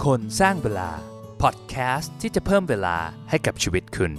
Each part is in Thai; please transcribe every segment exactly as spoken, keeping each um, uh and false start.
คนสร้างเวลาพอดแคสต์ที่จะเพิ่มเวลาให้กับชีวิตคุณ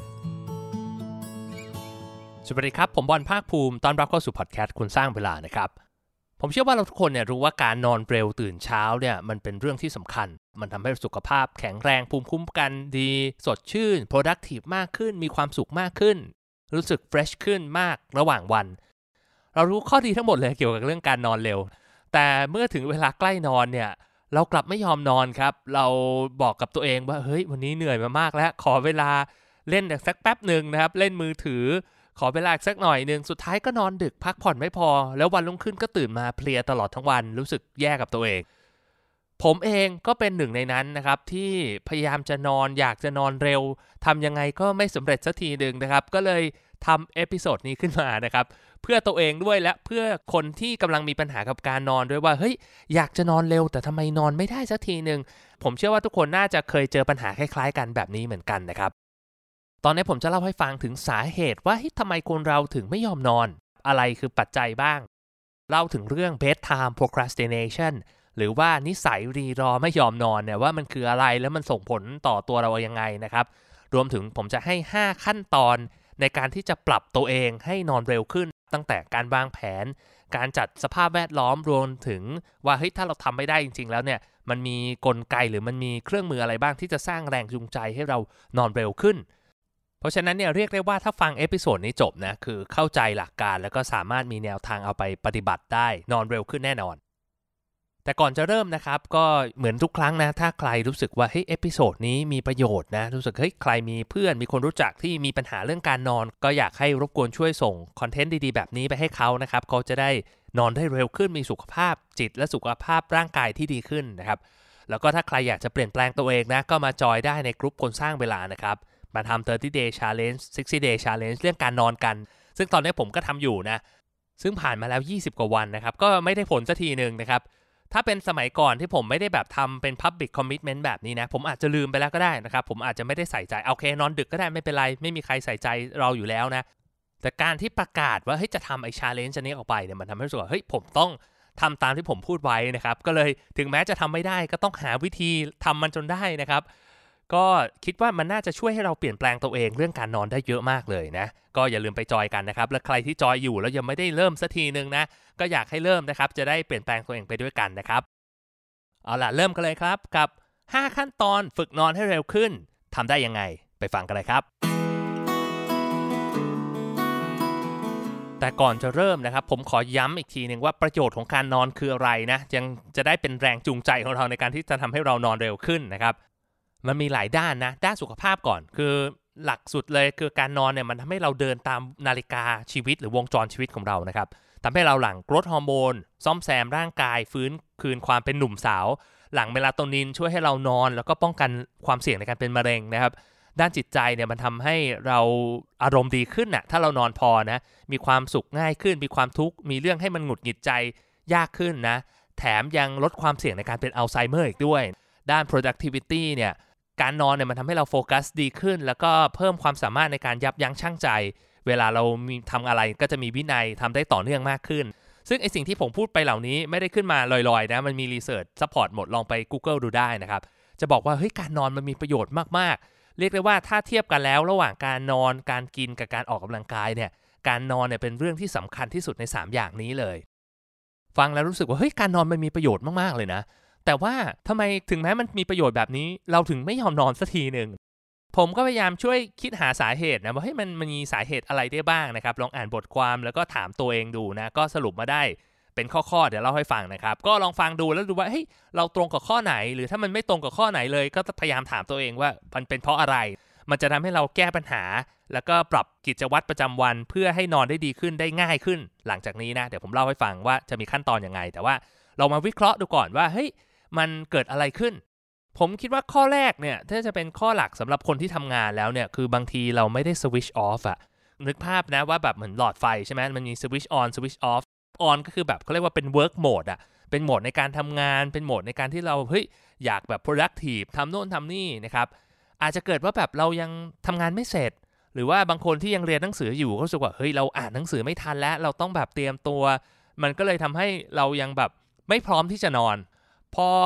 สวัสดีครับผมบอลภาคภูมิต้อนรับเข้าสู่พอดแคสต์คนสร้างเวลานะครับผมเชื่อว่าเราทุกคนเนี่ยรู้ว่าการนอนเร็วตื่นเช้าเนี่ยมันเป็นเรื่องที่สำคัญมันทำให้สุขภาพแข็งแรงภูมิคุ้มกันดีสดชื่น productive มากขึ้นมีความสุขมากขึ้นรู้สึก fresh ขึ้นมากระหว่างวันเรารู้ข้อดีทั้งหมดเลยเกี่ยวกับเรื่องการนอนเร็วแต่เมื่อถึงเวลาใกล้นอนเนี่ยเรากลับไม่ยอมนอนครับเราบอกกับตัวเองว่าเฮ้ยวันนี้เหนื่อยมามากแล้วขอเวลาเล่นสักแป๊บนึงนะครับเล่นมือถือขอเวลาสักหน่อยนึงสุดท้ายก็นอนดึกพักผ่อนไม่พอแล้ววันรุ่งขึ้นก็ตื่นมาเพลียตลอดทั้งวันรู้สึกแย่กับตัวเองผมเองก็เป็นหนึ่งในนั้นนะครับที่พยายามจะนอนอยากจะนอนเร็วทำยังไงก็ไม่สำเร็จสักทีนึงนะครับก็เลยทำเอพิโซดนี้ขึ้นมานะครับเพื่อตัวเองด้วยและเพื่อคนที่กำลังมีปัญหากับการนอนด้วยว่าเฮ้ยอยากจะนอนเร็วแต่ทำไมนอนไม่ได้สักทีนึงผมเชื่อว่าทุกคนน่าจะเคยเจอปัญหาคล้ายๆกันแบบนี้เหมือนกันนะครับตอนนี้ผมจะเล่าให้ฟังถึงสาเหตุว่าทำไมคนเราถึงไม่ยอมนอนอะไรคือปัจจัยบ้างเล่าถึงเรื่อง bedtime procrastination หรือว่านิสัยรีรอไม่ยอมนอนเนี่ยว่ามันคืออะไรแล้วมันส่งผลต่อตัวเรายังไงนะครับรวมถึงผมจะให้ห้าขั้นตอนในการที่จะปรับตัวเองให้นอนเร็วขึ้นตั้งแต่การวางแผนการจัดสภาพแวดล้อมรวมถึงว่าเฮ้ยถ้าเราทำไม่ได้จริงๆแล้วเนี่ยมันมีกลไกหรือมันมีเครื่องมืออะไรบ้างที่จะสร้างแรงจูงใจให้เรานอนเร็วขึ้นเพราะฉะนั้นเนี่ยเรียกได้ว่าถ้าฟังเอพิโซดนี้จบนะคือเข้าใจหลักการแล้วก็สามารถมีแนวทางเอาไปปฏิบัติได้นอนเร็วขึ้นแน่นอนแต่ก่อนจะเริ่มนะครับก็เหมือนทุกครั้งนะถ้าใครรู้สึกว่าเฮ้ยเอพิโซดนี้มีประโยชน์นะรู้สึกเฮ้ยใครมีเพื่อนมีคนรู้จักที่มีปัญหาเรื่องการนอนก็อยากให้รบกวนช่วยส่งคอนเทนต์ดีๆแบบนี้ไปให้เขานะครับเขาจะได้นอนได้เร็วขึ้นมีสุขภาพจิตและสุขภาพร่างกายที่ดีขึ้นนะครับแล้วก็ถ้าใครอยากจะเปลี่ยนแปลงตัวเองนะก็มาจอยได้ในกลุ่มคนสร้างเวลานะครับมาทำสามสิบ day challenge หกสิบ day challenge เรื่องการนอนกันซึ่งตอนนี้ผมก็ทำอยู่นะซึ่งผ่านมาแล้วยี่สิบกว่าวันนะครับก็ไม่ได้ผลสักทีนึงนะครับถ้าเป็นสมัยก่อนที่ผมไม่ได้แบบทำเป็น public commitment แบบนี้นะผมอาจจะลืมไปแล้วก็ได้นะครับผมอาจจะไม่ได้ใส่ใจโอเคนอนดึกก็ได้ไม่เป็นไรไม่มีใครใส่ใจเราอยู่แล้วนะแต่การที่ประกาศว่าเฮ้ยจะทำไอ้ challenge นี้ออกไปเนี่ยมันทำให้รู้สึกว่าเฮ้ยผมต้องทำตามที่ผมพูดไว้นะครับก็เลยถึงแม้จะทำไม่ได้ก็ต้องหาวิธีทำมันจนได้นะครับก็คิดว่ามันน่าจะช่วยให้เราเปลี่ยนแปลงตัวเองเรื่องการนอนได้เยอะมากเลยนะก็อย่าลืมไปจอยกันนะครับและใครที่จอยอยู่แล้วยังไม่ได้เริ่มสักทีนึงนะก็อยากให้เริ่มนะครับจะได้เปลี่ยนแปลงตัวเองไปด้วยกันนะครับเอาล่ะเริ่มกันเลยครับกับห้าขั้นตอนฝึกนอนให้เร็วขึ้นทำได้ยังไงไปฟังกันเลยครับแต่ก่อนจะเริ่มนะครับผมขอย้ำอีกทีนึงว่าประโยชน์ของการนอนคืออะไรนะยังจะได้เป็นแรงจูงใจของเราในการที่จะทำให้เรานอนเร็วขึ้นนะครับมันมีหลายด้านนะด้านสุขภาพก่อนคือหลักสุดเลยคือการนอนเนี่ยมันทำให้เราเดินตามนาฬิกาชีวิตหรือวงจรชีวิตของเรานะครับทำให้เราหลั่งโกรทฮอร์โมนซ่อมแซมร่างกายฟื้นคืนความเป็นหนุ่มสาวหลั่งเมลาโทนินช่วยให้เรานอนแล้วก็ป้องกันความเสี่ยงในการเป็นมะเร็งนะครับด้านจิตใจเนี่ยมันทำให้เราอารมณ์ดีขึ้นน่ะถ้าเรานอนพอนะมีความสุขง่ายขึ้นมีความทุกข์มีเรื่องให้มันหงุดหงิดใจยากขึ้นนะแถมยังลดความเสี่ยงในการเป็นอัลไซเมอร์อีกด้วยด้าน productivity เนี่ยการนอนเนี่ยมันทำให้เราโฟกัสดีขึ้นแล้วก็เพิ่มความสามารถในการยับยั้งชั่งใจเวลาเรามีทำอะไรก็จะมีวินัยทำได้ต่อเนื่องมากขึ้นซึ่งไอสิ่งที่ผมพูดไปเหล่านี้ไม่ได้ขึ้นมาลอยๆนะมันมีรีเสิร์ชซัพพอร์ตหมดลองไป Google ดูได้นะครับจะบอกว่าเฮ้ยการนอนมันมีประโยชน์มากๆเรียกได้ว่าถ้าเทียบกันแล้วระหว่างการนอนการกินกับการออกกำลังกายเนี่ยการนอนเนี่ยเป็นเรื่องที่สำคัญที่สุดในสามอย่างนี้เลยฟังแล้วรู้สึกว่าเฮ้ยการนอนมันมีประโยชน์มากๆเลยนะแต่ว่าทำไมถึงแม้มันมีประโยชน์แบบนี้เราถึงไม่ยอมนอนสักทีนึงผมก็พยายามช่วยคิดหาสาเหตุนะว่าเฮ้ยมันมันมีสาเหตุอะไรได้บ้างนะครับลองอ่านบทความแล้วก็ถามตัวเองดูนะก็สรุปมาได้เป็นข้อๆเดี๋ยวเล่าให้ฟังนะครับก็ลองฟังดูแล้วดูว่าเฮ้ยเราตรงกับข้อไหนหรือถ้ามันไม่ตรงกับข้อไหนเลยก็พยายามถามตัวเองว่ามันเป็นเพราะอะไรมันจะทำให้เราแก้ปัญหาแล้วก็ปรับกิจวัตรประจำวันเพื่อให้นอนได้ดีขึ้นได้ง่ายขึ้นหลังจากนี้นะเดี๋ยวผมเล่าให้ฟังว่าจะมีขั้นตอนยังไงแต่ว่าเรามาวิเคราะห์ดูก่อนว่าเฮ้ยมันเกิดอะไรขึ้นผมคิดว่าข้อแรกเนี่ยถ้าจะเป็นข้อหลักสำหรับคนที่ทำงานแล้วเนี่ยคือบางทีเราไม่ได้สวิตช์ออฟอะนึกภาพนะว่าแบบเหมือนหลอดไฟใช่ไหมมันมีสวิตช์ออนสวิตช์ออฟออนก็คือแบบเขาเรียกว่าเป็น work mode อะเป็นโหมดในการทำงานเป็นโหมดในการที่เราเฮ้ยอยากแบบ productive ทำโน่นทำนี่นะครับอาจจะเกิดว่าแบบเรายังทำงานไม่เสร็จหรือว่าบางคนที่ยังเรียนหนังสืออยู่ก็รู้สึกว่าเฮ้ยเราอ่านหนังสือไม่ทันแล้วเราต้องแบบเตรียมตัวมันก็เลยทำให้เรายังแบบไม่พร้อมที่จะนอนพอ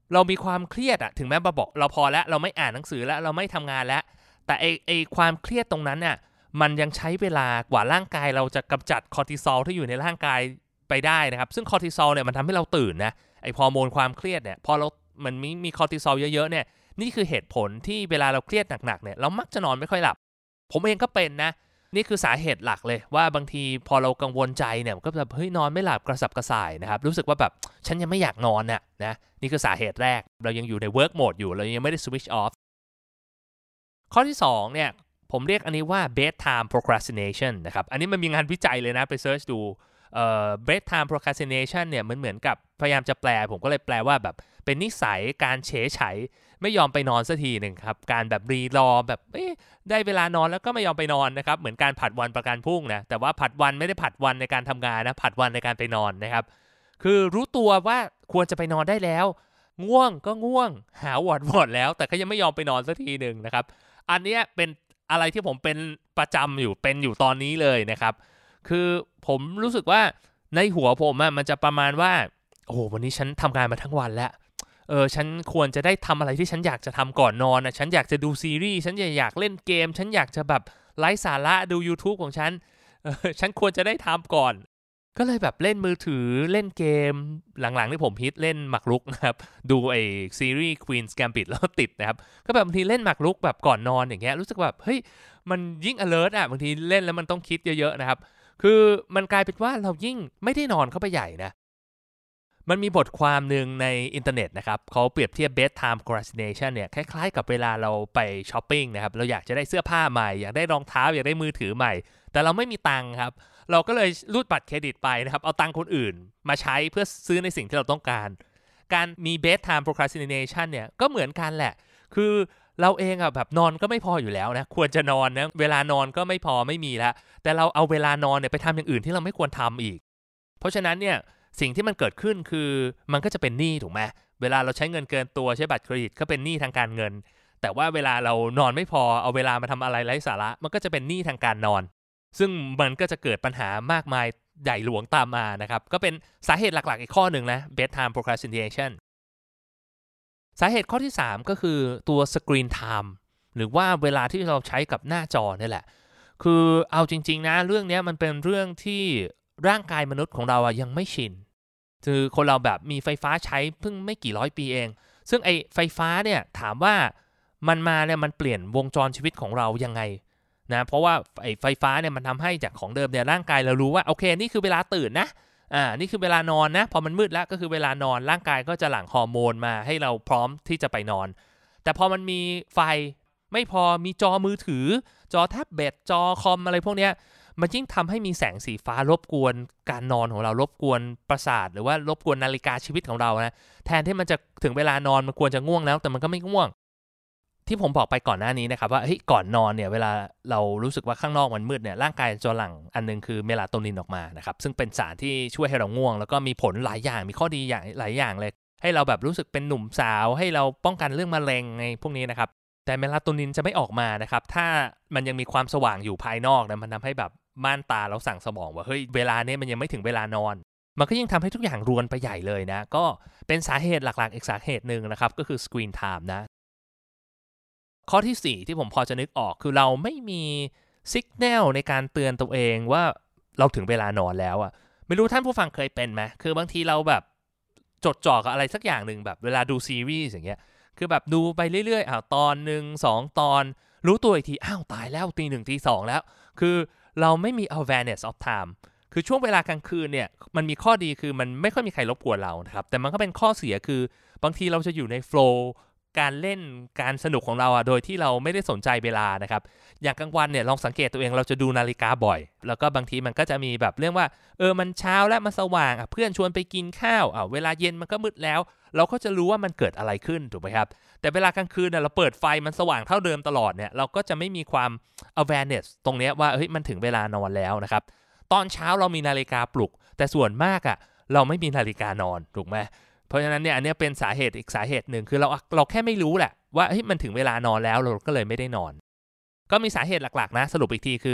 เรามีความเครียดอะถึงแม้เราบอกเราพอแล้วเราไม่อ่านหนังสือแล้วเราไม่ทำงานแล้วแต่ไอไอความเครียดตรงนั้นเนี่ยมันยังใช้เวลากว่าร่างกายเราจะกำจัดคอร์ติซอลที่อยู่ในร่างกายไปได้นะครับซึ่งคอร์ติซอลเนี่ยมันทำให้เราตื่นนะไอฮอร์โมนความเครียดเนี่ยพอเรามันมีมีคอร์ติซอลเยอะๆเนี่ยนี่คือเหตุผลที่เวลาเราเครียดหนักๆเนี่ยเรามักจะนอนไม่ค่อยหลับผมเองก็เป็นนะนี่คือสาเหตุหลักเลยว่าบางทีพอเรากังวลใจเนี่ยก็แบบเฮ้ยนอนไม่หลับกระสับกระส่ายนะครับรู้สึกว่าแบบฉันยังไม่อยากนอนน่ะนะนี่คือสาเหตุแรกเรายังอยู่ใน work mode อยู่เรายังไม่ได้ switch off ข้อที่สองเนี่ยผมเรียกอันนี้ว่า bedtime procrastination นะครับอันนี้มันมีงานวิจัยเลยนะไปเซิร์ชดูเอ่อ bedtime procrastination เนี่ยมันเหมือนกับพยายามจะแปลผมก็เลยแปลว่าแบบเป็นนิสัยการเฉยไฉไม่ยอมไปนอนสักทีหนึ่งครับการแบบรีรอแบบเอ๊ะได้เวลานอนแล้วก็ไม่ยอมไปนอนนะครับเหมือนการผัดวันประกันพรุ่งนะแต่ว่าผัดวันไม่ได้ผัดวันในการทำงานนะผัดวันในการไปนอนนะครับคือรู้ตัวว่าควรจะไปนอนได้แล้วง่วงก็ง่วงหาวอดวอดแล้วแต่ก็ยังไม่ยอมไปนอนสักทีหนึ่งนะครับอันนี้เป็นอะไรที่ผมเป็นประจำอยู่เป็นอยู่ตอนนี้เลยนะครับคือผมรู้สึกว่าในหัวผมอะมันจะประมาณว่าโอ้โหวันนี้ฉันทำงานมาทั้งวันแล้วเออฉันควรจะได้ทำอะไรที่ฉันอยากจะทำก่อนนอนนะฉันอยากจะดูซีรีส์ฉันอยากเล่นเกมฉันอยากจะแบบไลฟ์สาระดู YouTube ของฉันเออฉันควรจะได้ทำก่อนก็เลยแบบเล่นมือถือเล่นเกมหลังๆที่ผมฮิตเล่นหมากรุกนะครับดูไอ้ซีรีส์ Queen's Gambit แล้วติดนะครับก็แบบบางทีเล่นหมากรุกแบบก่อนนอนอย่างเงี้ยรู้สึกแบบเฮ้ยมันยิ่ง alert อ่ะบางทีเล่นแล้วมันต้องคิดเยอะๆนะครับคือมันกลายเป็นว่าเรายิ่งไม่ได้นอนเข้าไปใหญ่นะมันมีบทความหนึ่งในอินเทอร์เน็ตนะครับเขาเปรียบเทียบ bedtime procrastination เนี่ยคล้ายๆกับเวลาเราไปช้อปปิ้งนะครับเราอยากจะได้เสื้อผ้าใหม่อยากได้รองเท้าอยากได้มือถือใหม่แต่เราไม่มีตังค์ครับเราก็เลยรูดบัตรเครดิตไปนะครับเอาตังค์คนอื่นมาใช้เพื่อซื้อในสิ่งที่เราต้องการการมี bedtime procrastination เนี่ยก็เหมือนกันแหละคือเราเองอะแบบนอนก็ไม่พออยู่แล้วนะควรจะนอนนะเวลานอนก็ไม่พอไม่มีแล้วแต่เราเอาเวลานอนเนี่ยไปทำอย่างอื่นที่เราไม่ควรทำอีกเพราะฉะนั้นเนี่ยสิ่งที่มันเกิดขึ้นคือมันก็จะเป็นหนี้ถูกไหมเวลาเราใช้เงินเกินตัวใช้บัตรเครดิตก็เป็นหนี้ทางการเงินแต่ว่าเวลาเรานอนไม่พอเอาเวลามาทำอะไรไร้สาระมันก็จะเป็นหนี้ทางการนอนซึ่งมันก็จะเกิดปัญหามากมายใหญ่หลวงตามมานะครับก็เป็นสาเหตุหลักๆอีกข้อหนึ่งนะ bedtime procrastination สาเหตุข้อที่สามก็คือตัว screen time หรือว่าเวลาที่เราใช้กับหน้าจอนี่แหละคือเอาจริงๆนะเรื่องนี้มันเป็นเรื่องที่ร่างกายมนุษย์ของเราอะยังไม่ชินคือคนเราแบบมีไฟฟ้าใช้เพิ่งไม่กี่ร้อยปีเองซึ่งไอ้ไฟฟ้าเนี่ยถามว่ามันมาเนี่ยมันเปลี่ยนวงจรชีวิตของเรายังไงนะเพราะว่าไอ้ไฟฟ้าเนี่ยมันทำให้จากของเดิมเนี่ยร่างกายเรารู้ว่าโอเคนี่คือเวลาตื่นนะอ่านี่คือเวลานอนนะพอมันมืดแล้วก็คือเวลานอนร่างกายก็จะหลั่งฮอร์โมนมาให้เราพร้อมที่จะไปนอนแต่พอมันมีไฟไม่พอมีจอมือถือจอแท็บเล็ตจอคอมอะไรพวกเนี้ยมันยิ่งทำให้มีแสงสีฟ้ารบกวนการนอนของเรารบกวนประสาทหรือว่ารบกวนนาฬิกาชีวิตของเรานะแทนที่มันจะถึงเวลานอนมันควรจะง่วงแล้วแต่มันก็ไม่ง่วงที่ผมบอกไปก่อนหน้านี้นะครับว่าเฮ้ยก่อนนอนเนี่ยเวลาเรารู้สึกว่าข้างนอกมันมืดเนี่ยร่างกายจะหลั่งอันนึงคือเมลาโทนินออกมานะครับซึ่งเป็นสารที่ช่วยให้เราง่วงแล้วก็มีผลหลายอย่างมีข้อดีอย่างหลายอย่างเลยให้เราแบบรู้สึกเป็นหนุ่มสาวให้เราป้องกันเรื่องมะเร็งในพวกนี้นะครับแต่เมลาโทนินจะไม่ออกมานะครับถ้ามันยังมีความสว่างอยู่ภายนอกนะมันทำให้แบบม่านตาเราสั่งสมองว่าเฮ้ยเวลานี้มันยังไม่ถึงเวลานอนมันก็ยิ่งทำให้ทุกอย่างรวนไปใหญ่เลยนะก็เป็นสาเหตุหลักๆอีกสาเหตุหนึ่งนะครับก็คือ screen time นะข้อที่สี่ที่ผมพอจะนึกออกคือเราไม่มีสัญญาณในการเตือนตัวเองว่าเราถึงเวลานอนแล้วอะไม่รู้ท่านผู้ฟังเคยเป็นไหมคือบางทีเราแบบจดจ่อกับอะไรสักอย่างหนึ่งแบบเวลาดูซีรีส์อย่างเงี้ยคือแบบดูไปเรื่อยๆอ้าวตอนหนึ่งสองตอนรู้ตัวอีกทีอ้าวตายแล้วตีหนึ่งตีสองแล้วคือเราไม่มี awareness of time คือช่วงเวลากลางคืนเนี่ยมันมีข้อดีคือมันไม่ค่อยมีใครรบกวนเรานะครับแต่มันก็เป็นข้อเสียคือบางทีเราจะอยู่ในโฟลว์การเล่นการสนุกของเราอ่ะโดยที่เราไม่ได้สนใจเวลานะครับอย่างกลางวันเนี่ยลองสังเกตตัวเองเราจะดูนาฬิกาบ่อยแล้วก็บางทีมันก็จะมีแบบเรื่องว่าเออมันเช้าแล้วมันสว่างอ่ะเพื่อนชวนไปกินข้าวอ่ะเวลาเย็นมันก็มืดแล้วเราก็จะรู้ว่ามันเกิดอะไรขึ้นถูกไหมครับแต่เวลากลางคืนเนี่ยเราเปิดไฟมันสว่างเท่าเดิมตลอดเนี่ยเราก็จะไม่มีความ awareness ตรงนี้ว่าเฮ้ยมันถึงเวลานอนแล้วนะครับตอนเช้าเรามีนาฬิกาปลุกแต่ส่วนมากอ่ะเราไม่มีนาฬิกานอนถูกไหมเพราะฉะนั้นเนี่ยอันนี้เป็นสาเหตุอีกสาเหตุหนึ่งคือเราเราแค่ไม่รู้แหละว่าเฮ้ยมันถึงเวลานอนแล้วเราก็เลยไม่ได้นอนก็มีสาเหตุหลักๆนะสรุปอีกทีคือ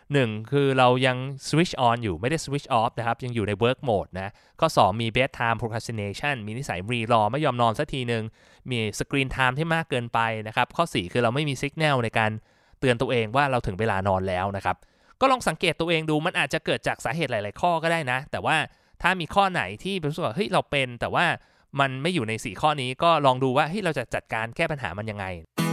หนึ่งคือเรายัง switch on อยู่ไม่ได้ switch off นะครับยังอยู่ใน work mode นะข้อสองมี bedtime procrastination มีนิสัยรีรอไม่ยอมนอนสักทีนึงมี screen time ที่มากเกินไปนะครับข้อสี่คือเราไม่มี signal ในการเตือนตัวเองว่าเราถึงเวลานอนแล้วนะครับก็ลองสังเกตตัวเองดูมันอาจจะเกิดจากสาเหตุหลายๆข้อก็ได้นะแต่ว่าถ้ามีข้อไหนที่รู้สึกว่าเฮ้ยเราเป็นแต่ว่ามันไม่อยู่ในสี่ข้อนี้ก็ลองดูว่าเฮ้ยเราจะจัดการแก้ปัญหามันยังไง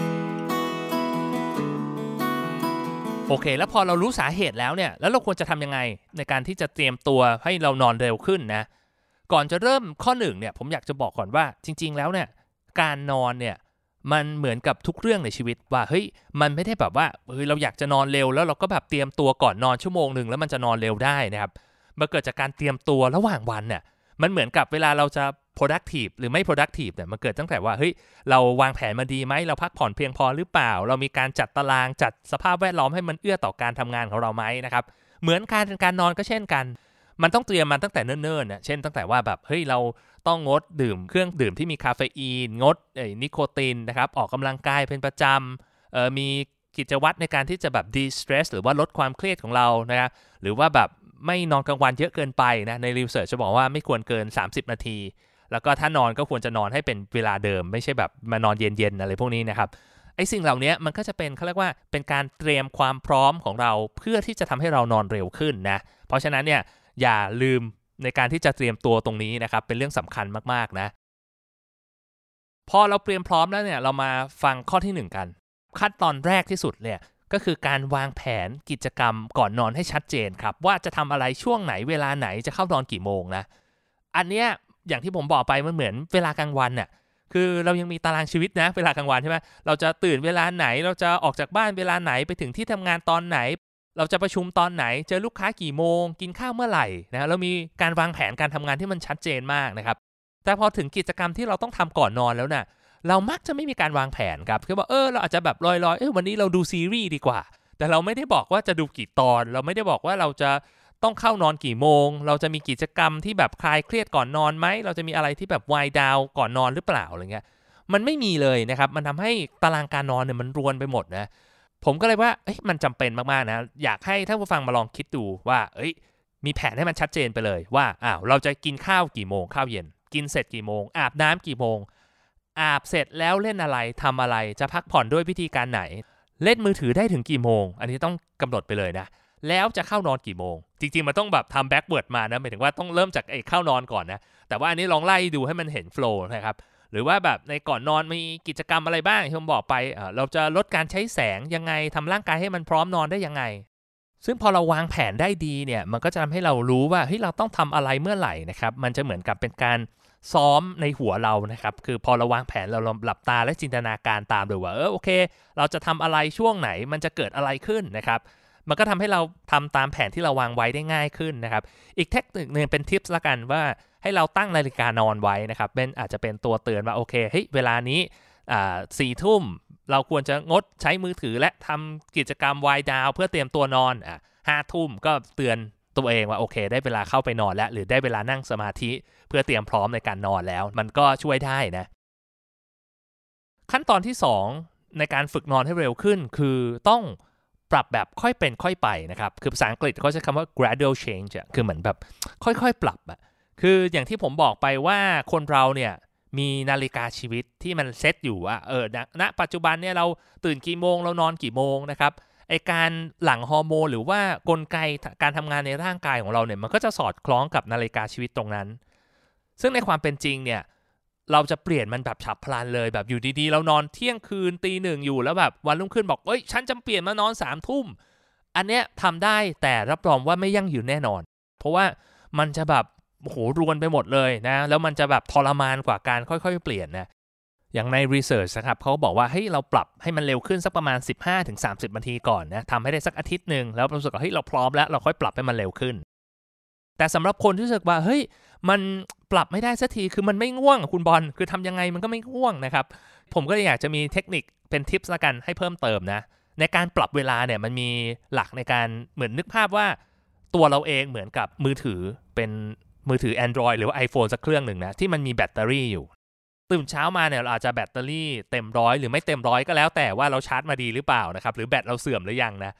โอเคแล้วพอเรารู้สาเหตุแล้วเนี่ยแล้วเราควรจะทำยังไงในการที่จะเตรียมตัวให้เรานอนเร็วขึ้นนะก่อนจะเริ่มข้อหนึ่งเนี่ยผมอยากจะบอกก่อนว่าจริงๆแล้วเนี่ยการนอนเนี่ยมันเหมือนกับทุกเรื่องในชีวิตว่าเฮ้ยมันไม่ได้แบบว่าเฮ้ยเราอยากจะนอนเร็วแล้วเราก็แบบเตรียมตัวก่อนนอนชั่วโมงนึงแล้วมันจะนอนเร็วได้นะครับมันเกิดจากการเตรียมตัวระหว่างวันเนี่ยมันเหมือนกับเวลาเราจะ productive หรือไม่ productive เนี่ยมันเกิดตั้งแต่ว่าเฮ้ยเราวางแผนมาดีไหมเราพักผ่อนเพียงพอหรือเปล่าเรามีการจัดตารางจัดสภาพแวดล้อมให้มันเอื้อต่อการทำงานของเราไหมนะครับเหมือนการการนอนก็เช่นกันมันต้องเตรียมมาตั้งแต่เนิ่นๆนะเช่นตั้งแต่ว่าแบบเฮ้ยเราต้องงดดื่มเครื่องดื่มที่มีคาเฟอีนงดไอ้นิโคตินนะครับออกกำลังกายเป็นประจำเอ่อมีกิจวัตรในการที่จะแบบ de-stress หรือว่าลดความเครียดของเรานะครับหรือว่าแบบไม่นอนกลางวันเยอะเกินไปนะในรีเสิร์ชจะบอกว่าไม่ควรเกินสามสิบนาทีแล้วก็ถ้านอนก็ควรจะนอนให้เป็นเวลาเดิมไม่ใช่แบบมานอนเย็นๆอะไรพวกนี้นะครับไอ้สิ่งเหล่านี้มันก็จะเป็นเขาเรียกว่าเป็นการเตรียมความพร้อมของเราเพื่อที่จะทำให้เรานอนเร็วขึ้นนะเพราะฉะนั้นเนี่ยอย่าลืมในการที่จะเตรียมตัวตรงนี้นะครับเป็นเรื่องสำคัญมากๆนะพอเราเตรียมพร้อมแล้วเนี่ยเรามาฟังข้อที่หนึ่งกันขั้นตอนแรกที่สุดเนี่ยก็คือการวางแผนกิจกรรมก่อนนอนให้ชัดเจนครับว่าจะทำอะไรช่วงไหนเวลาไหนจะเข้านอนกี่โมงนะอันเนี้ยอย่างที่ผมบอกไปมันเหมือนเวลากลางวันน่ะคือเรายังมีตารางชีวิตนะเวลากลางวันใช่ไหมเราจะตื่นเวลาไหนเราจะออกจากบ้านเวลาไหนไปถึงที่ทำงานตอนไหนเราจะประชุมตอนไหนเจอลูกค้ากี่โมงกินข้าวเมื่อไหร่นะเรามีการวางแผนการทำงานที่มันชัดเจนมากนะครับแต่พอถึงกิจกรรมที่เราต้องทำก่อนนอนแล้วน่ะเรามักจะไม่มีการวางแผนครับคือว่าเออเราอาจจะแบบลอยๆเออวันนี้เราดูซีรีส์ดีกว่าแต่เราไม่ได้บอกว่าจะดูกี่ตอนเราไม่ได้บอกว่าเราจะต้องเข้านอนกี่โมงเราจะมีกิจกรรมที่แบบคลายเครียดก่อนนอนไหมเราจะมีอะไรที่แบบไวน์ดาวก่อนนอนหรือเปล่าอะไรเงี้ยมันไม่มีเลยนะครับมันทำให้ตารางการนอนเนี่ยมันรวนไปหมดนะผมก็เลยว่าเอ้ยมันจำเป็นมากๆนะอยากให้ท่านผู้ฟังมาลองคิดดูว่าเอ้ยมีแผนให้มันชัดเจนไปเลยว่าอ้าวเราจะกินข้าวกี่โมงข้าวเย็นกินเสร็จกี่โมงอาบน้ำกี่โมงอาบเสร็จแล้วเล่นอะไรทำอะไรจะพักผ่อนด้วยวิธีการไหนเล่นมือถือได้ถึงกี่โมงอันนี้ต้องกำหนดไปเลยนะแล้วจะเข้านอนกี่โมงจริงๆมันต้องแบบทำแบ็กเวิร์ดมานะหมายถึงว่าต้องเริ่มจากไอ้เข้านอนก่อนนะแต่ว่าอันนี้ลองไล่ดูให้มันเห็นโฟล์นะครับหรือว่าแบบในก่อนนอนมีกิจกรรมอะไรบ้างที่ผมบอกไปเอ่อเราจะลดการใช้แสงยังไงทำร่างกายให้มันพร้อมนอนได้ยังไงซึ่งพอเราวางแผนได้ดีเนี่ยมันก็จะทำให้เรารู้ว่าเฮ้ยเราต้องทำอะไรเมื่อไหร่นะครับมันจะเหมือนกับเป็นการซ้อมในหัวเรานะครับคือพอเราวางแผนเราหลับตาและจินตนาการตามเลยว่าเออโอเคเราจะทำอะไรช่วงไหนมันจะเกิดอะไรขึ้นนะครับมันก็ทำให้เราทำตามแผนที่เราวางไว้ได้ง่ายขึ้นนะครับอีกเทคนิคนึงเป็นทิปส์ละกันว่าให้เราตั้งนาฬิกานอนไว้นะครับเป็นอาจจะเป็นตัวเตือนว่าโอเคเฮ้ยเวลานี้อ่าสี่ทุ่มเราควรจะงดใช้มือถือและทำกิจกรรมไวน์ดาวเพื่อเตรียมตัวนอนอ่ะห้าทุ่มก็เตือนตัวเองว่าโอเคได้เวลาเข้าไปนอนแล้วหรือได้เวลานั่งสมาธิเพื่อเตรียมพร้อมในการนอนแล้วมันก็ช่วยได้นะขั้นตอนที่สองในการฝึกนอนให้เร็วขึ้นคือต้องปรับแบบค่อยเป็นค่อยไปนะครับคือภาษาอังกฤษเขาใช้คำว่า gradual change อ่ะคือเหมือนแบบค่อยๆปรับอ่ะคืออย่างที่ผมบอกไปว่าคนเราเนี่ยมีนาฬิกาชีวิตที่มันเซตอยู่ว่าเออณณปัจจุบันเนี่ยเราตื่นกี่โมงเรานอนกี่โมงนะครับไอการหลั่งฮอร์โมนหรือว่ากลไกการทำงานในร่างกายของเราเนี่ยมันก็จะสอดคล้องกับนาฬิกาชีวิตตรงนั้นซึ่งในความเป็นจริงเนี่ยเราจะเปลี่ยนมันแบบฉับพลันเลยแบบอยู่ดีๆเรานอนเที่ยงคืนตีหนึ่งอยู่แล้วแบบวันรุ่งขึ้นบอกเอ้ยฉันจะเปลี่ยนมานอนสามทุ่มอันเนี้ยทำได้แต่รับรองว่าไม่ยั่งยืนแน่นอนเพราะว่ามันจะแบบโอ้โหรวนไปหมดเลยนะแล้วมันจะแบบทรมานกว่าการค่อยๆเปลี่ยนนะอย่างใน research นะครับเขาบอกว่าเฮ้ยเราปรับให้มันเร็วขึ้นสักประมาณ สิบห้าถึงสามสิบ นาทีก่อนนะทำให้ได้สักอาทิตย์นึงแล้วรู้สึกว่าเฮ้ยเราพร้อมแล้วเราค่อยปรับให้มันเร็วขึ้นแต่สำหรับคนที่รู้สึกว่าเฮ้ยมันปรับไม่ได้สักทีคือมันไม่ง่วงคุณบอลคือทำยังไงมันก็ไม่ง่วงนะครับผมก็เลยอยากจะมีเทคนิคเป็นทิปส์ละกันให้เพิ่มเติมนะในการปรับเวลาเนี่ยมันมีหลักในการเหมือนนึกภาพว่าตัวเราเองเหมือนกับมือถือเป็นมือถือ Android หรือว่า iPhone สักเครื่องหนึ่งนะที่มันมีแบตเตอรี่อยู่ตื่นเช้ามาเนี่ยเราอาจจะแบตเตอรี่เต็มร้อยหรือไม่เต็มร้อยก็แล้วแต่ว่าเราชาร์จมาดีหรือเปล่านะครับหรือแบตเราเสื่อมหรือยังนะ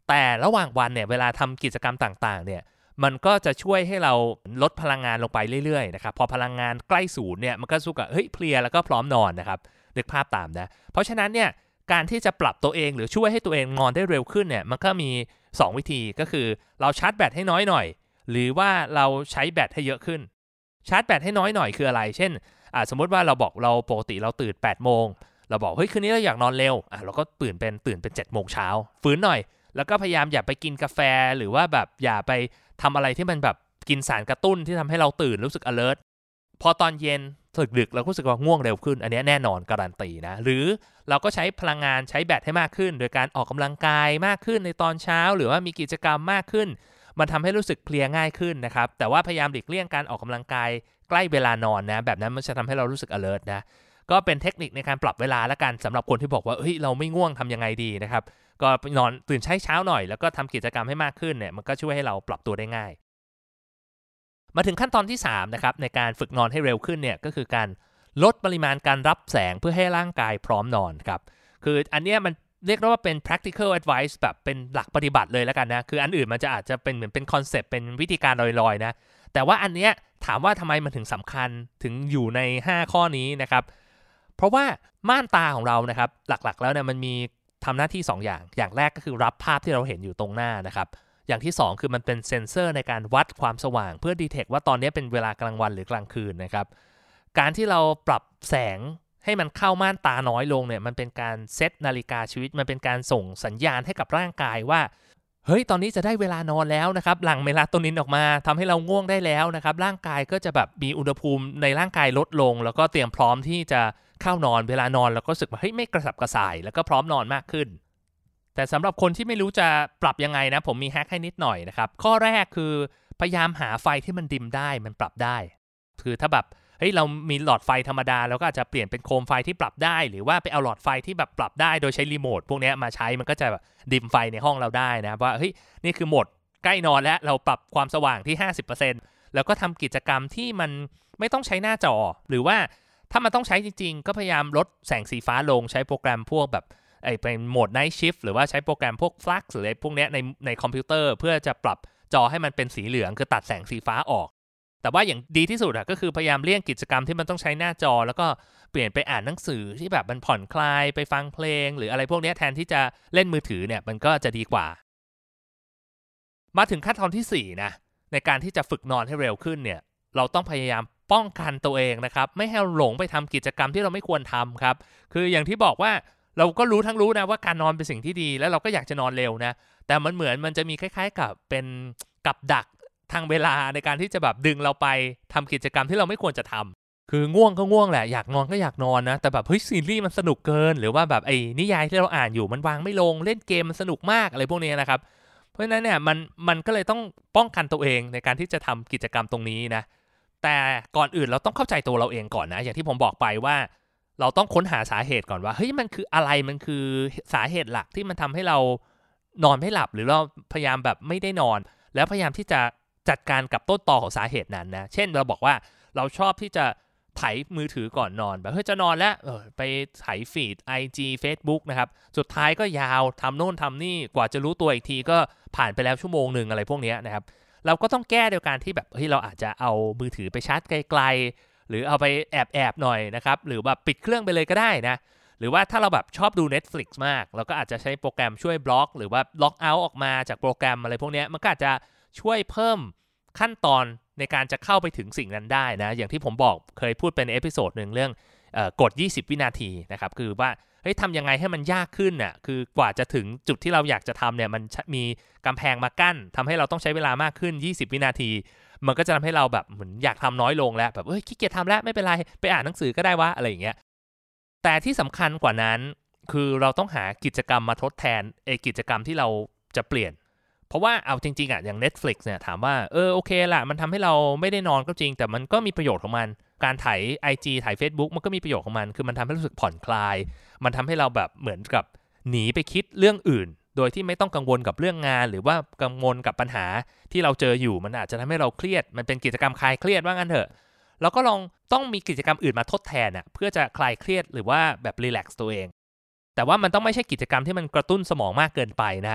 แต่ระหว่างวันเนี่ยเวลาทำกิจกรรมต่างๆเนี่ยมันก็จะช่วยให้เราลดพลังงานลงไปเรื่อยๆนะครับพอพลังงานใกล้ศูนย์เนี่ยมันก็สู้กับเฮ้ยเพลียแล้วก็พร้อมนอนนะครับนึกภาพตามนะเพราะฉะนั้นเนี่ยการที่จะปรับตัวเองหรือช่วยให้ตัวเองนอนได้เร็วขึ้นเนี่ยมันก็มีสองวิธีก็คือเราชาร์จแบตให้น้อยหน่อยหรือว่าเราใช้แบตให้เยอะขึ้นชาร์จแบตให้น้อยหน่อยคืออะไรเช่นอ่าสมมติว่าเราบอกเราปกติเราตื่นแปดโมงเราบอกเฮ้ยคืนนี้เราอยากนอนเร็วอ่ะเราก็ตื่นเป็นตื่นเป็นเจ็ดโมงเช้าฝืนหน่อยแล้วก็พยายามอย่าไปกินกาแฟหรือว่าแบบอย่าไปทำอะไรที่มันแบบกินสารกระตุ้นที่ทำให้เราตื่นรู้สึก alert พอตอนเย็นถึกดึกเราก็รู้สึกว่าง่วงเร็วขึ้นอันนี้แน่นอนการันตีนะหรือเราก็ใช้พลังงานใช้แบตให้มากขึ้นโดยการออกกำลังกายมากขึ้นในตอนเช้าหรือว่ามีกิจกรรมมากขึ้นมันทำให้รู้สึกเพลียง่ายขึ้นนะครับแต่ว่าพยายามหลีกเลี่ยงการออกกำลังกายใกล้เวลานอนนะแบบนั้นมันจะทำให้เรารู้สึก alert นะก็เป็นเทคนิคในการปรับเวลาละกันสำหรับคนที่บอกว่าเฮ้ยเราไม่ง่วงทำยังไงดีนะครับก็นอนตื่นเช้าหน่อยแล้วก็ทำกิจกรรมให้มากขึ้นเนี่ยมันก็ช่วยให้เราปรับตัวได้ง่ายมาถึงขั้นตอนที่สามนะครับในการฝึกนอนให้เร็วขึ้นเนี่ยก็คือการลดปริมาณการรับแสงเพื่อให้ร่างกายพร้อมนอนครับคืออันเนี้ยมันเรียกได้ว่าเป็น practical advice แบบเป็นหลักปฏิบัติเลยแล้วกันนะคืออันอื่นมันจะอาจจะเป็นเหมือนเป็นคอนเซปต์เป็นวิธีการลอยๆนะแต่ว่าอันเนี้ยถามว่าทำไมมันถึงสำคัญถึงอยู่ในห้าข้อนี้นะครับเพราะว่าม่านตาของเรานะครับหลักๆแล้วเนี่ยมันมีทำหน้าที่สองอย่างอย่างแรกก็คือรับภาพที่เราเห็นอยู่ตรงหน้านะครับอย่างที่สองคือมันเป็นเซ็นเซอร์ในการวัดความสว่างเพื่อดีเทคว่าตอนนี้เป็นเวลากลางวันหรือกลางคืนนะครับการที่เราปรับแสงให้มันเข้าม่านตาน้อยลงเนี่ยมันเป็นการเซตนาฬิกาชีวิตมันเป็นการส่งสัญญาณให้กับร่างกายว่าเฮ้ยตอนนี้จะได้เวลานอนแล้วนะครับหลั่งเมลาโทนินออกมาทำให้เราง่วงได้แล้วนะครับร่างกายก็จะแบบมีอุณหภูมิในร่างกายลดลงแล้วก็เตรียมพร้อมที่จะเข้านอนเวลานอนแล้วก็รู้สึกว่าเฮ้ยไม่กระสับกระส่ายแล้วก็พร้อมนอนมากขึ้นแต่สำหรับคนที่ไม่รู้จะปรับยังไงนะผมมีแฮกให้นิดหน่อยนะครับข้อแรกคือพยายามหาไฟที่มันดิมได้มันปรับได้คือถ้าแบบเฮ้ยเรามีหลอดไฟธรรมดาแล้วก็อาจจะเปลี่ยนเป็นโคมไฟที่ปรับได้หรือว่าไปเอาหลอดไฟที่แบบปรับได้โดยใช้รีโมทพวกนี้มาใช้มันก็จะแบบดิมไฟในห้องเราได้นะว่าเฮ้ยนี่คือโหมดใกล้นอนแล้วเราปรับความสว่างที่ ห้าสิบเปอร์เซ็นต์ แล้วก็ทำกิจกรรมที่มันไม่ต้องใช้หน้าจอหรือว่าถ้ามันต้องใช้จริงๆก็พยายามลดแสงสีฟ้าลงใช้โปรแกรมพวกแบบไอ้เป็นโหมด Night Shift หรือว่าใช้โปรแกรมพวก Flux หรืออะไรพวกนี้ในในคอมพิวเตอร์เพื่อจะปรับจอให้มันเป็นสีเหลืองคือตัดแสงสีฟ้าออกแต่ว่าอย่างดีที่สุดอะก็คือพยายามเลี่ยงกิจกรรมที่มันต้องใช้หน้าจอแล้วก็เปลี่ยนไปอ่านหนังสือที่แบบมันผ่อนคลายไปฟังเพลงหรืออะไรพวกนี้แทนที่จะเล่นมือถือเนี่ยมันก็จะดีกว่ามาถึงขั้นตอนที่สี่นะในการที่จะฝึกนอนให้เร็วขึ้นเนี่ยเราต้องพยายามป้องกันตัวเองนะครับไม่ให้หลงไปทำกิจกรรมที่เราไม่ควรทำครับคืออย่างที่บอกว่าเราก็รู้ทั้งรู้นะว่าการนอนเป็นสิ่งที่ดีแล้วเราก็อยากจะนอนเร็วนะแต่มันเหมือนมันจะมีคล้ายๆกับเป็นกับดักทางเวลาในการที่จะแบบดึงเราไปทำกิจกรรมที่เราไม่ควรจะทำคือง่วงก็ง่วงแหละอยากนอนก็อยากนอนนะแต่แบบเฮ้ยซีรีส์มันสนุกเกินหรือว่าแบบไอ้นิยายที่เราอ่านอยู่มันวางไม่ลงเล่นเกมมันสนุกมากอะไรพวกนี้นะครับเพราะฉะนั้นเนี่ยมันมันก็เลยต้องป้องกันตัวเองในการที่จะทำกิจกรรมตรงนี้นะแต่ก่อนอื่นเราต้องเข้าใจตัวเราเองก่อนนะอย่างที่ผมบอกไปว่าเราต้องค้นหาสาเหตุก่อนว่าเฮ้ยมันคืออะไรมันคือสาเหตุหลักที่มันทำให้เรานอนไม่หลับหรือเราพยายามแบบไม่ได้นอนแล้วพยายามที่จะจัดการกับต้นตอของสาเหตุนั้นนะเช่นเราบอกว่าเราชอบที่จะไถมือถือก่อนนอนแบบเฮ้ยจะนอนแล้วเออไปไถฟีด ไอ จี Facebook นะครับสุดท้ายก็ยาวทำโน่นทำนี่กว่าจะรู้ตัวอีกทีก็ผ่านไปแล้วชั่วโมงหนึ่งอะไรพวกนี้นะครับเราก็ต้องแก้โดยการที่แบบเฮ้ยเราอาจจะเอามือถือไปชาร์จไกลๆหรือเอาไปแอบๆหน่อยนะครับหรือแบบปิดเครื่องไปเลยก็ได้นะหรือว่าถ้าเราแบบชอบดู Netflix มากเราก็อาจจะใช้โปรแกรมช่วยบล็อกหรือว่าล็อกเอาท์ออกมาจากโปรแกรมอะไรพวกนี้มันก็อาจจะช่วยเพิ่มขั้นตอนในการจะเข้าไปถึงสิ่งนั้นได้นะอย่างที่ผมบอกเคยพูดเป็นเอพิโซดหนึ่งเรื่องเอ่อกฎยี่สิบวินาทีนะครับคือว่าเฮ้ยทำยังไงให้มันยากขึ้นน่ะคือกว่าจะถึงจุดที่เราอยากจะทำเนี่ยมันมีกำแพงมากั้นทำให้เราต้องใช้เวลามากขึ้นยี่สิบวินาทีมันก็จะทำให้เราแบบเหมือนอยากทำน้อยลงแล้วแบบเฮ้ยขี้เกียจทำแล้วไม่เป็นไรไปอ่านหนังสือก็ได้วะอะไรอย่างเงี้ยแต่ที่สำคัญกว่านั้นคือเราต้องหากิจกรรมมาทดแทนไอ้กิจกรรมที่เราจะเปลี่ยนเพราะว่าเอาจริงๆอ่ะอย่าง Netflix เนี่ยถามว่าเออโอเคล่ะมันทำให้เราไม่ได้นอนก็จริงแต่มันก็มีประโยชน์ของมันการถ่าย ไอ จี ถ่าย Facebook มันก็มีประโยชน์ของมันคือมันทำให้รู้สึกผ่อนคลายมันทำให้เราแบบเหมือนกับหนีไปคิดเรื่องอื่นโดยที่ไม่ต้องกังวลกับเรื่องงานหรือว่ากังวลกับปัญหาที่เราเจออยู่มันอาจจะทำให้เราเครียดมันเป็นกิจกรรมคลายเครียดว่างั้นเถอะเราก็ลองต้องมีกิจกรรมอื่นมาทดแทนอ่ะเพื่อจะคลายเครียดหรือว่าแบบรีแลกซ์ตัวเองแต่ว่ามันต้องไม่ใช่กิจกรรมที่มันกระตุ้นสมองมากเกินไปนะ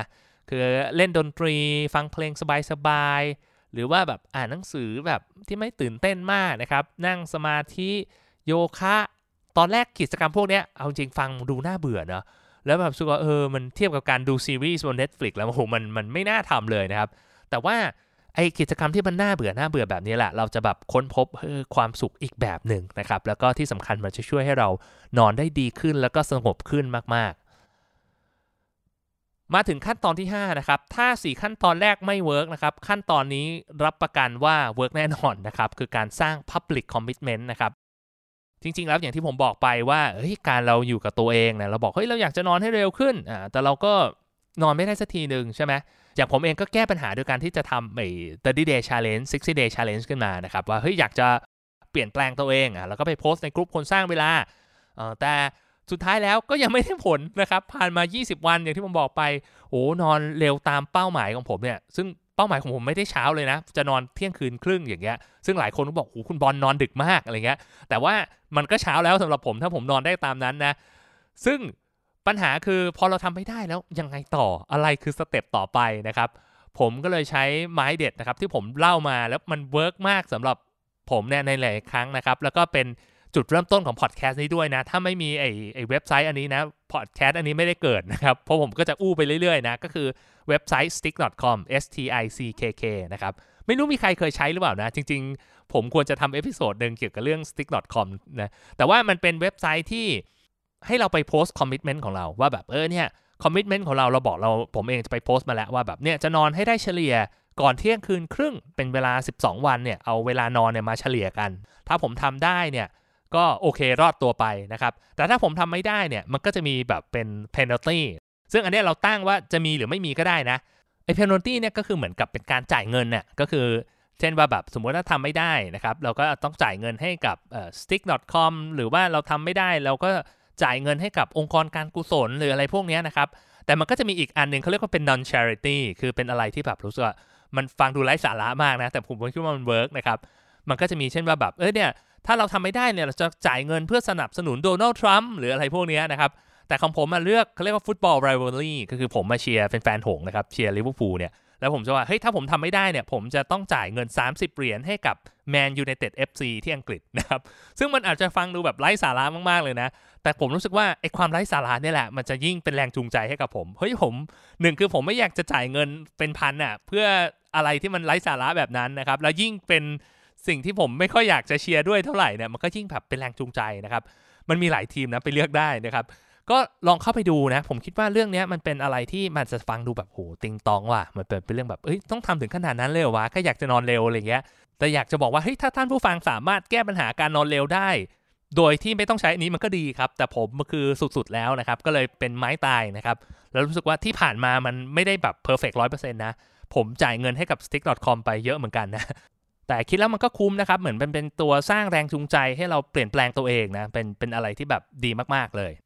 คือเล่นดนตรีฟังเพลงสบายๆหรือว่าแบบอ่านหนังสือแบบที่ไม่ตื่นเต้นมากนะครับนั่งสมาธิโยคะตอนแรกกิจกรรมพวกนี้เอาจริงฟังดูน่าเบื่อเนาะแล้วแบบรู้สึกว่าเออมันเทียบกับการดูซีรีส์บน Netflix แล้วโอ้โหมันมันไม่น่าทำเลยนะครับแต่ว่าไอกิจกรรมที่มันน่าเบื่อน่าเบื่อแบบนี้แหละเราจะแบบค้นพบความสุขอีกแบบหนึ่งนะครับแล้วก็ที่สำคัญมันจะช่วยให้เรานอนได้ดีขึ้นแล้วก็สงบขึ้นมากๆมาถึงขั้นตอนที่ห้านะครับถ้าสี่ขั้นตอนแรกไม่เวิร์กนะครับขั้นตอนนี้รับประกันว่าเวิร์กแน่นอนนะครับคือการสร้าง Public Commitment นะครับจริงๆแล้วอย่างที่ผมบอกไปว่าเฮ้ยการเราอยู่กับตัวเองนะเราบอกเฮ้ยเราอยากจะนอนให้เร็วขึ้นอ่าแต่เราก็นอนไม่ได้สักทีนึงใช่ไหมอย่างผมเองก็แก้ปัญหาโดยการที่จะทำไอ้thirty day challenge sixty day challenge ขึ้นมานะครับว่าเฮ้ยอยากจะเปลี่ยนแปลงตัวเองอ่ะแล้วก็ไปโพสต์ในกลุ่มคนสร้างเวลาเอ่อแต่สุดท้ายแล้วก็ยังไม่ได้ผลนะครับผ่านมายี่สิบวันอย่างที่ผมบอกไปโอ้นอนเร็วตามเป้าหมายของผมเนี่ยซึ่งเป้าหมายของผมไม่ได้เช้าเลยนะจะนอนเที่ยงคืนครึ่งอย่างเงี้ยซึ่งหลายคนก็บอกโอ้คุณบอลนอนดึกมากอะไรเงี้ยแต่ว่ามันก็เช้าแล้วสำหรับผมถ้าผมนอนได้ตามนั้นนะซึ่งปัญหาคือพอเราทำไม่ได้แล้วยังไงต่ออะไรคือสเต็ปต่อไปนะครับผมก็เลยใช้ไม้เด็ดนะครับที่ผมเล่ามาแล้วมันเวิร์กมากสำหรับผมเนี่ยในหลายครั้งนะครับแล้วก็เป็นจุดเริ่มต้นของพอดแคสต์นี้ด้วยนะถ้าไม่มีไอ้ไอ้เว็บไซต์อันนี้นะพอดแคสต์อันนี้ไม่ได้เกิดนะครับเพราะผมก็จะอู้ไปเรื่อยๆนะก็คือเว็บไซต์ stick dot com s t i c k k นะครับไม่รู้มีใครเคยใช้หรือเปล่านะจริงๆผมควรจะทำเอพิโซดนึงเกี่ยวกับเรื่อง stick dot com นะแต่ว่ามันเป็นเว็บไซต์ที่ให้เราไปโพสต์คอมมิตเมนต์ของเราว่าแบบเออเนี่ยคอมมิตเมนต์ของเราเราบอกเราผมเองจะไปโพสต์มาแล้วว่าแบบเนี่ยจะนอนให้ได้เฉลี่ยก่อนเที่ยงคืนครึ่งเป็นเวลาสิบสองวันเนี่ยเอาเวลานอนเนี่ยมาเฉลี่ยกันถ้าผมทำได้เนี่ยก็โอเครอดตัวไปนะครับแต่ถ้าผมทำไม่ได้เนี่ยมันก็จะมีแบบเป็น penalty ซึ่งอันนี้เราตั้งว่าจะมีหรือไม่มีก็ได้นะไอ้ penalty เนี่ยก็คือเหมือนกับเป็นการจ่ายเงินน่ะก็คือเช่นว่าแบบสมมุติถ้าทำไม่ได้นะครับเราก็ต้องจ่ายเงินให้กับเอ่อ stick dot com หรือว่าเราทำไม่ได้เราก็จ่ายเงินให้กับองค์กรการกุศลหรืออะไรพวกนี้นะครับแต่มันก็จะมีอีกอันนึงเขาเรียกว่าเป็น non charity คือเป็นอะไรที่แบบรู้สึกว่ามันฟังดูไร้สาระมากนะแต่ผมคิดว่ามันเวิร์กนะครับมันก็จะมีเช่นว่าแบบเออเนี่ยถ้าเราทำไม่ได้เนี่ยเราจะจ่ายเงินเพื่อสนับสนุนโดนัลด์ทรัมป์หรืออะไรพวกนี้นะครับแต่ของผมมาเลือกเขาเรียกว่าฟุตบอลไรวัลรี่ก็คือผมมาเชียร์เป็นแฟนหงส์นะครับเชียร์ลิเวอร์พูลเนี่ยแล้วผมจะว่าเฮ้ยถ้าผมทำไม่ได้เนี่ยผมจะต้องจ่ายเงินสามสิบเหรียญให้กับแมนยูไนเต็ด เอฟ ซี ที่อังกฤษนะครับซึ่งมันอาจจะฟังดูแบบไร้สาระมากๆเลยนะแต่ผมรู้สึกว่าไอ้ความไร้สาระนี่แหละมันจะยิ่งเป็นแรงจูงใจให้กับผมเฮ้ยผมหนึ่งคือผมไม่อยากจะจ่ายเงินเป็นพันอ่ะเพื่ออะไรที่มันไร้สาระแบบนั้นนะครับแล้วยิ่งเป็นสิ่งที่ผมไม่ค่อยอยากจะเชียร์ด้วยเท่าไหร่เนี่ยมันก็ยิ่งแบบเป็นแรงจูงใจนะครับมันมีหลายทีมนะไปเลือกได้นะครับก็ลองเข้าไปดูนะผมคิดว่าเรื่องนี้มันเป็นอะไรที่มันจะฟังดูแบบโหติงตองว่ะมันเป็นเรื่องแบบเอ้ยต้องทำถึงขนาดนั้นเลยเหรอวะก็อยากจะนอนเร็วอะไรเงี้ยแต่อยากจะบอกว่าเฮ้ยถ้าท่านผู้ฟังสามารถแก้ปัญหาการนอนเร็วได้โดยที่ไม่ต้องใช้อันนี้มันก็ดีครับแต่ผมมันคือสุดๆแล้วนะครับก็เลยเป็นไม้ตายนะครับแล้วรู้สึกว่าที่ผ่านมามันไม่ได้แบบเพอร์เฟกต์ ร้อยเปอร์เซ็นต์ นะผมจ่ายเงินให้กับ stick dot com ไปเยอะเหมือนกันนะแต่คิดแล้วมันก็คุ้มนะครับเหมือนเป็นเป็นตัวสร้างแรงจูงใจให้เราเปลี่ยนแปลงตัวเองนะเป็นเป็นอะไรที่แบบดีมากๆเลย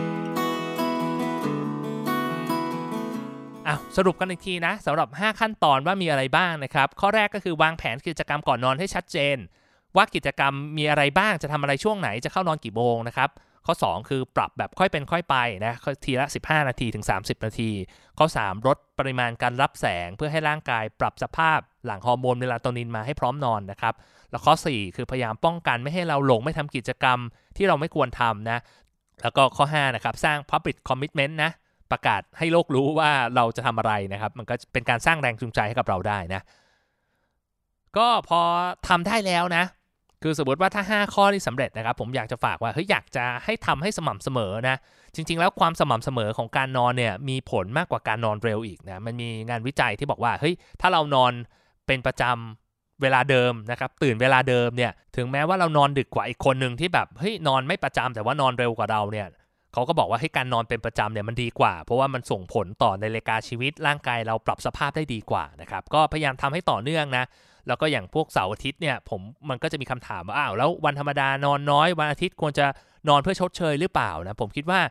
อ้าวสรุปกันอีกทีนะสำหรับห้าขั้นตอนว่ามีอะไรบ้างนะครับข้อแรกก็คือวางแผนกิจกรรมก่อนนอนให้ชัดเจนว่ากิจกรรมมีอะไรบ้างจะทำอะไรช่วงไหนจะเข้านอนกี่โมงนะครับข้อสองคือปรับแบบค่อยเป็นค่อยไปนะทีละสิบห้านาทีถึงสามสิบนาทีข้อสามลดปริมาณการรับแสงเพื่อให้ร่างกายปรับสภาพหลั่งฮอร์โมนเมลาโทนินมาให้พร้อมนอนนะครับแล้วข้อสี่คือพยายามป้องกันไม่ให้เราหลงไม่ทำกิจกรรมที่เราไม่ควรทำนะแล้วก็ข้อห้านะครับสร้าง Public Commitment นะประกาศให้โลกรู้ว่าเราจะทำอะไรนะครับมันก็เป็นการสร้างแรงจูงใจให้กับเราได้นะก็พอทำได้แล้วนะคือสมมติว่าถ้าห้าข้อที่สำเร็จนะครับผมอยากจะฝากว่าเฮ้ยอยากจะให้ทำให้สม่ำเสมอนะจริงๆแล้วความสม่ำเสมอของการนอนเนี่ยมีผลมากกว่าการนอนเร็วอีกนะมันมีงานวิจัยที่บอกว่าเฮ้ยถ้าเรานอนเป็นประจำเวลาเดิมนะครับตื่นเวลาเดิมเนี่ยถึงแม้ว่าเรานอนดึกกว่าอีกคนนึงที่แบบเฮ้ยนอนไม่ประจำแต่ว่านอนเร็วกว่าเราเนี่ยเขาก็บอกว่าให้การนอนเป็นประจำเนี่ยมันดีกว่าเพราะว่ามันส่งผลต่อนาฬิกาชีวิตร่างกายเราปรับสภาพได้ดีกว่านะครับก็พยายามทำให้ต่อเนื่องนะแล้วก็อย่างพวกเสาร์อาทิตย์เนี่ยผมมันก็จะมีคำถามว่าอ้าวแล้ววันธรรมดานอนน้อยวันอาทิตย์ควรจะนอนเพื่อชดเชยหรือเปล่านะผมคิดว่า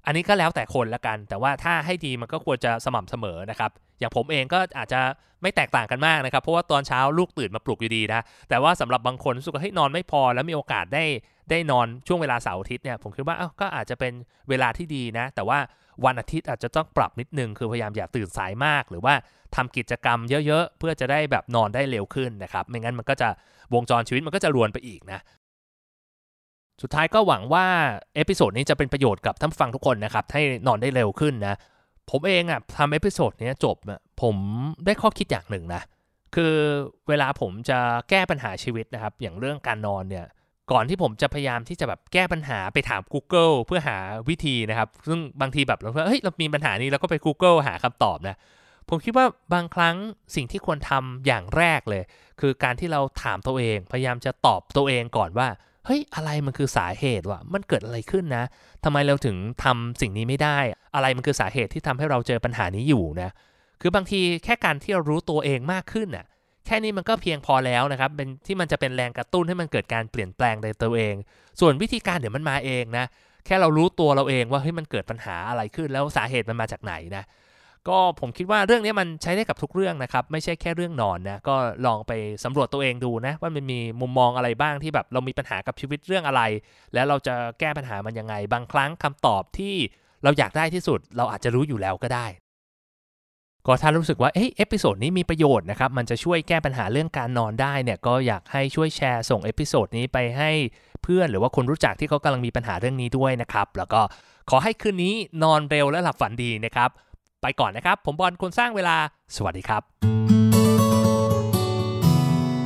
อันนี้ก็แล้วแต่คนละกันแต่ว่าถ้าให้ดีมันก็ควรจะสม่ำเสมอนะครับอย่างผมเองก็อาจจะไม่แตกต่างกันมากนะครับเพราะว่าตอนเช้าลูกตื่นมาปลุกอยู่ดีนะแต่ว่าสำหรับบางคนรู้สึกว่าเฮ้ยนอนไม่พอแล้วมีโอกาสได้ได้นอนช่วงเวลาเสาร์อาทิตย์เนี่ยผมคิดว่าอ้าวก็อาจจะเป็นเวลาที่ดีนะแต่ว่าวันอาทิตย์อาจจะต้องปรับนิดนึงคือพยายามอย่าตื่นสายมากหรือว่าทำกิจกรรมเยอะๆเพื่อจะได้แบบนอนได้เร็วขึ้นนะครับไม่งั้นมันก็จะวงจรชีวิตมันก็จะรวนไปอีกนะสุดท้ายก็หวังว่าเอพิโซดนี้จะเป็นประโยชน์กับท่านผู้ฟังทุกคนนะครับให้นอนได้เร็วขึ้นนะผมเองอ่ะทำเอพิโซดนี้จบผมได้ข้อคิดอย่างหนึ่งนะคือเวลาผมจะแก้ปัญหาชีวิตนะครับอย่างเรื่องการนอนเนี่ยก่อนที่ผมจะพยายามที่จะแบบแก้ปัญหาไปถาม Google เพื่อหาวิธีนะครับซึ่งบางทีแบบเราเฮ้ยเรามีปัญหานี้เราก็ไป Google หาคำตอบนะผมคิดว่าบางครั้งสิ่งที่ควรทำอย่างแรกเลยคือการที่เราถามตัวเองพยายามจะตอบตัวเองก่อนว่าเฮ้ยอะไรมันคือสาเหตุวะมันเกิดอะไรขึ้นนะทำไมเราถึงทำสิ่งนี้ไม่ได้อะไรมันคือสาเหตุที่ทำให้เราเจอปัญหานี้อยู่นะคือบางทีแค่การที่เรารู้ตัวเองมากขึ้นน่ะแค่นี้มันก็เพียงพอแล้วนะครับเป็นที่มันจะเป็นแรงกระตุ้นให้มันเกิดการเปลี่ยนแปลงในตัวเองส่วนวิธีการเดี๋ยวมันมาเองนะแค่เรารู้ตัวเราเองว่าเฮ้ยมันเกิดปัญหาอะไรขึ้นแล้วสาเหตุมันมาจากไหนนะก็ผมคิดว่าเรื่องนี้มันใช้ได้กับทุกเรื่องนะครับไม่ใช่แค่เรื่องนอนนะก็ลองไปสำรวจตัวเองดูนะว่ามันมีมุมมองอะไรบ้างที่แบบเรามีปัญหากับชีวิตเรื่องอะไรแล้วเราจะแก้ปัญหามันยังไงบางครั้งคำตอบที่เราอยากได้ที่สุดเราอาจจะรู้อยู่แล้วก็ได้ก็ถ้ารู้สึกว่าเอ้ยเอพิโซดนี้มีประโยชน์นะครับมันจะช่วยแก้ปัญหาเรื่องการนอนได้เนี่ยก็อยากให้ช่วยแชร์ส่งเอพิโซดนี้ไปให้เพื่อนหรือว่าคนรู้จักที่เขากำลังมีปัญหาเรื่องนี้ด้วยนะครับแล้วก็ขอให้คืนนี้นอนเร็วและหลับฝันดีนะครับไปก่อนนะครับผมบอลคนสร้างเวลาสวัสดีครับ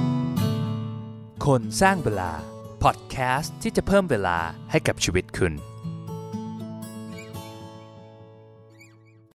คนสร้างเวลาพอดแคสต์ที่จะเพิ่มเวลาให้กับชีวิตคุณ